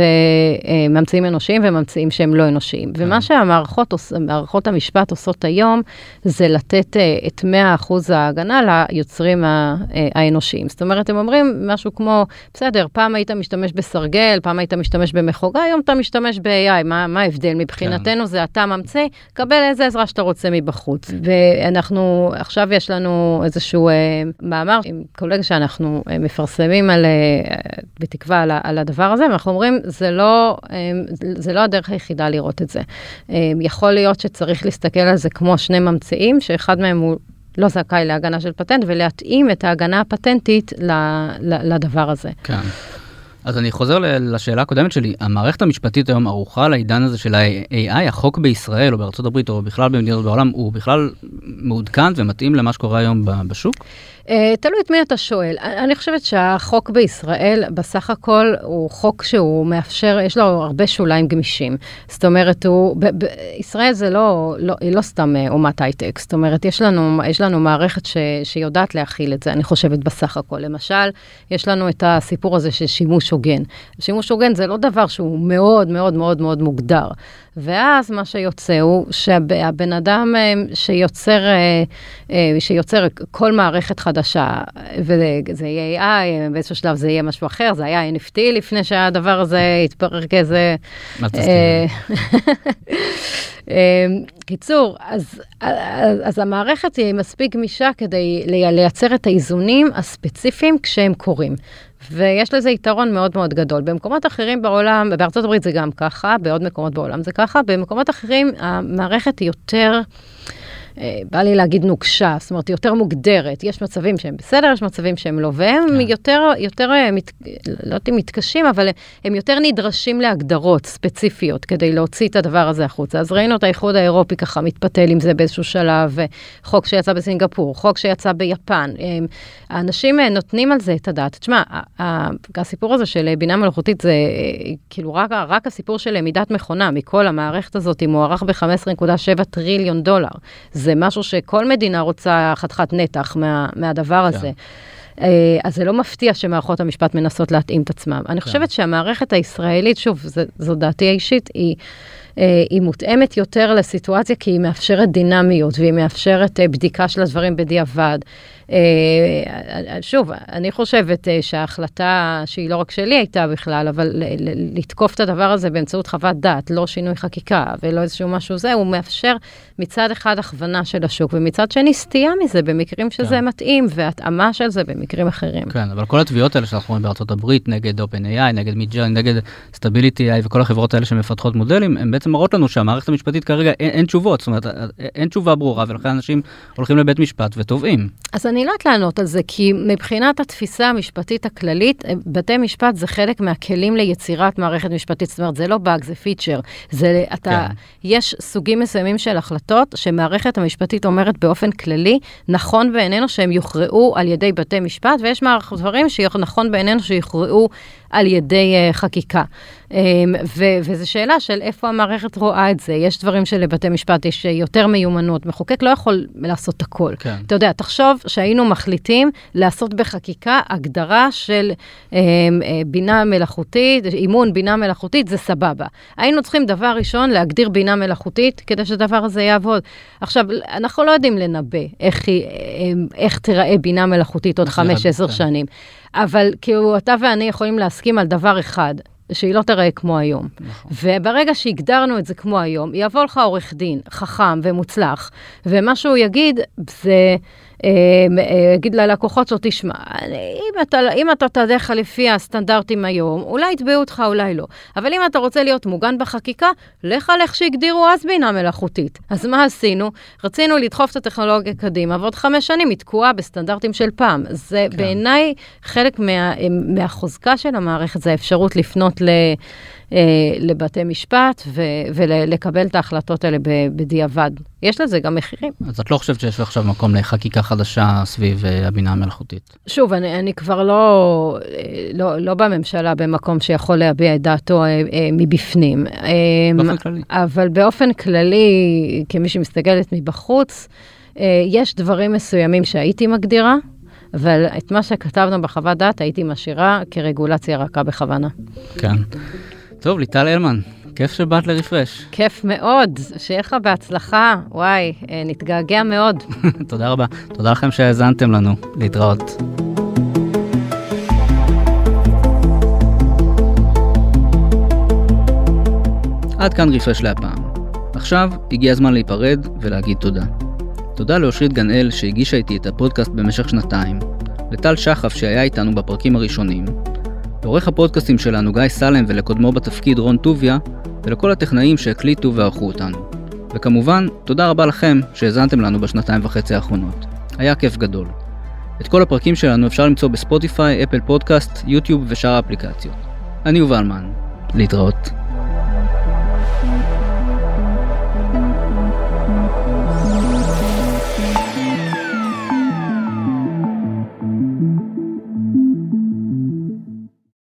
C: וממצאים אנושיים וממצאים שהם לא אנושיים. ומה שהמערכות, מערכות המשפט עושות היום, זה לתת את מאה אחוז ההגנה ליוצרים האנושיים. זאת אומרת, הם אומרים משהו כמו, בסדר, פעם היית משתמש בסרגל, פעם היית משתמש במחוגה, היום אתה משתמש ב-איי איי, מה, מה ההבדל? מבחינתנו זה אתה ממציא, קבל איזה עזרה שאתה רוצה מבחוץ. ואנחנו, עכשיו יש לנו איזשהו אה, מאמר עם קולגה שאנחנו אה, מפרסמים על, אה, בתקווה על, על הדבר הזה, ואנחנו אומרים, זה לא, אה, זה לא הדרך היחידה לראות את זה. אה, יכול להיות שצריך להסתכל על זה כמו שני ממציאים, שאחד מהם הוא לא זכאי להגנה של פטנט, ולהתאים את ההגנה הפטנטית ל, ל, לדבר הזה.
B: כן. אז אני חוזר לשאלה הקודמת שלי, המערכת המשפטית היום ערוכה לעידן הזה של ה-איי איי, החוק בישראל או בארצות הברית או בכלל במדינות בעולם, הוא בכלל מעודכן ומתאים למה שקורה היום בשוק?
C: תלוי את מי אתה שואל. אני חושבת שהחוק בישראל בסך הכל הוא חוק שהוא מאפשר, יש לו הרבה שוליים גמישים. זאת אומרת, הוא, ב- ב- ישראל זה לא, לא, היא לא סתם אומת הייטק. זאת אומרת, יש לנו, יש לנו מערכת ש, שיודעת להכיל את זה, אני חושבת בסך הכל. למשל, יש לנו את הסיפור הזה של שימוש הוגן. שימוש הוגן זה לא דבר שהוא מאוד מאוד מאוד מאוד מוגדר. ואז מה שיוצא הוא שהבן אדם שיוצר, שיוצר כל מערכת חדשה, וזה יהיה איי איי, באיזשהו שלב זה יהיה משהו אחר, זה היה אן אף טי לפני שהדבר הזה התברר כאיזה...
B: מה תזכירי?
C: קיצור, אז, אז, אז המערכת היא מספיק גמישה כדי לייצר את האיזונים הספציפיים כשהם קורים. ויש לזה יתרון מאוד מאוד גדול. במקומות אחרים בעולם, בארצות הברית זה גם ככה, בעוד מקומות בעולם זה ככה, במקומות אחרים המערכת היא יותר, בא לי להגיד נוקשה, זאת אומרת, יותר מוגדרת. יש מצבים שהם בסדר, יש מצבים שהם לא, והם yeah. יותר, יותר, מת, לא יודעת אם מתקשים, אבל הם יותר נדרשים להגדרות ספציפיות, כדי להוציא את הדבר הזה החוצה. אז ראינו את האיחוד האירופי ככה מתפתל עם זה באיזשהו שלב, חוק שיצא בסינגפור, חוק שיצא ביפן. האנשים נותנים על זה את הדעת. תשמע, הסיפור הזה של בינה מלאכותית זה כאילו רק, רק הסיפור של למידת מכונה, מכל המערכת הזאת היא מוערך ב-חמש עשרה נקודה שבע טריליון דולר. זה משהו שכל מדינה רוצה חתיכת נתח מה, מהדבר הזה. אז זה לא מפתיע שמערכות המשפט מנסות להתאים את עצמם. אני חושבת שהמערכת הישראלית, שוב, זו דעתי האישית, היא, היא מותאמת יותר לסיטואציה, כי היא מאפשרת דינמיות, והיא מאפשרת בדיקה של הדברים בדיעבד. שוב, אני חושבת שההחלטה שהיא לא רק שלי הייתה בכלל, אבל לתקוף את הדבר הזה באמצעות חוות דעת, לא שינוי חקיקה ולא איזשהו משהו זה, הוא מאפשר מצד אחד הכוונה של השוק, ומצד שני סטייה מזה במקרים שזה מתאים, והתאמה של זה במקרים אחרים.
B: כן, אבל כל התביעות האלה שאנחנו רואים בארצות הברית, נגד OpenAI, נגד Midjourney, נגד Stability איי איי וכל החברות האלה שמפתחות מודלים, הם בעצם מראות לנו שהמערכת המשפטית כרגע אין, אין תשובות, זאת אומרת, אין תשובה ברורה, ולכן אנשים הולכים לבית משפט ותובעים.
C: אז אני לא יודעת לענות על זה, כי מבחינת התפיסה המשפטית הכללית, בתי משפט זה חלק מהכלים ליצירת מערכת משפטית, זאת אומרת, זה לא באג, זה פיצ'ר. זה, אתה, כן. יש סוגים מסוימים של החלטות, שמערכת המשפטית אומרת באופן כללי, נכון בעינינו שהם יוכרעו על ידי בתי משפט, ויש מערכות דברים שנכון בעינינו שיוכרעו על ידי uh, חקיקה. Um, ו- וזו שאלה של איפה המערכת רואה את זה. יש דברים שלבתי משפט יש יותר מיומנות. מחוקק לא יכול לעשות הכל. כן. אתה יודע, תחשוב שהיינו מחליטים לעשות בחקיקה הגדרה של um, uh, בינה מלאכותית, אימון בינה מלאכותית, זה סבבה. היינו צריכים דבר ראשון להגדיר בינה מלאכותית כדי שדבר הזה יעבוד. עכשיו, אנחנו לא יודעים לנבא איך, היא, איך תיראה בינה מלאכותית עוד חמש עשר שנים. אבל כאילו אתה ואני יכולים להסכים על דבר אחד, שהיא לא תראה כמו היום. נכון. וברגע שהגדרנו את זה כמו היום, יבוא לך עורך דין, חכם ומוצלח, ומה שהוא יגיד, זה... יגיד ללקוחות שלו, תשמע, אם אתה, אם אתה תדך לפי הסטנדרטים היום, אולי יתבעו אותך, אולי לא. אבל אם אתה רוצה להיות מוגן בחקיקה, לך לך שהגדירו אז בינה מלאכותית. אז מה עשינו? רצינו לדחוף את הטכנולוגיה קדימה, ועוד חמש שנים היא תקועה בסטנדרטים של פעם. זה כן. בעיניי חלק מה, מהחוזקה של המערכת, זה האפשרות לפנות ל... לבתי משפט ולקבל את ההחלטות האלה בדיעבד. יש לזה גם מחירים.
B: אז את לא חושבת שיש עכשיו מקום לחקיקה חדשה סביב הבינה המלאכותית?
C: שוב, אני, אני כבר לא, לא, לא בממשלה במקום שיכול להביע את דעתו מבפנים.
B: באופן כללי.
C: אבל באופן כללי, כמי שמסתגלת מבחוץ, יש דברים מסוימים שהייתי מגדירה, אבל את מה שכתבנו בחוות דעת הייתי משאירה כרגולציה רכה בכוונה.
B: כן. טוב, ליטל אלמן, כיף שבאת לרפרש.
C: כיף מאוד, שיהיה לך בהצלחה, וואי, נתגעגע מאוד.
B: תודה רבה, תודה לכם שהאזנתם לנו, להתראות. עד כאן רפרש להפעם. עכשיו הגיע הזמן להיפרד ולהגיד תודה. תודה לאושרית גנאל שהגישה איתי את הפודקאסט במשך שנתיים, לטל שחף שהיה איתנו בפרקים הראשונים, לעורך הפודקאסטים שלנו גיא סלם ולקודמו בתפקיד רון טוביה, ולכל הטכנאים שהקליטו וערכו אותנו. וכמובן, תודה רבה לכם שהאזנתם לנו בשנתיים וחצי האחרונות. היה כיף גדול. את כל הפרקים שלנו אפשר למצוא בספוטיפיי, אפל פודקאסט, יוטיוב ושאר האפליקציות. אני יובל מן. להתראות.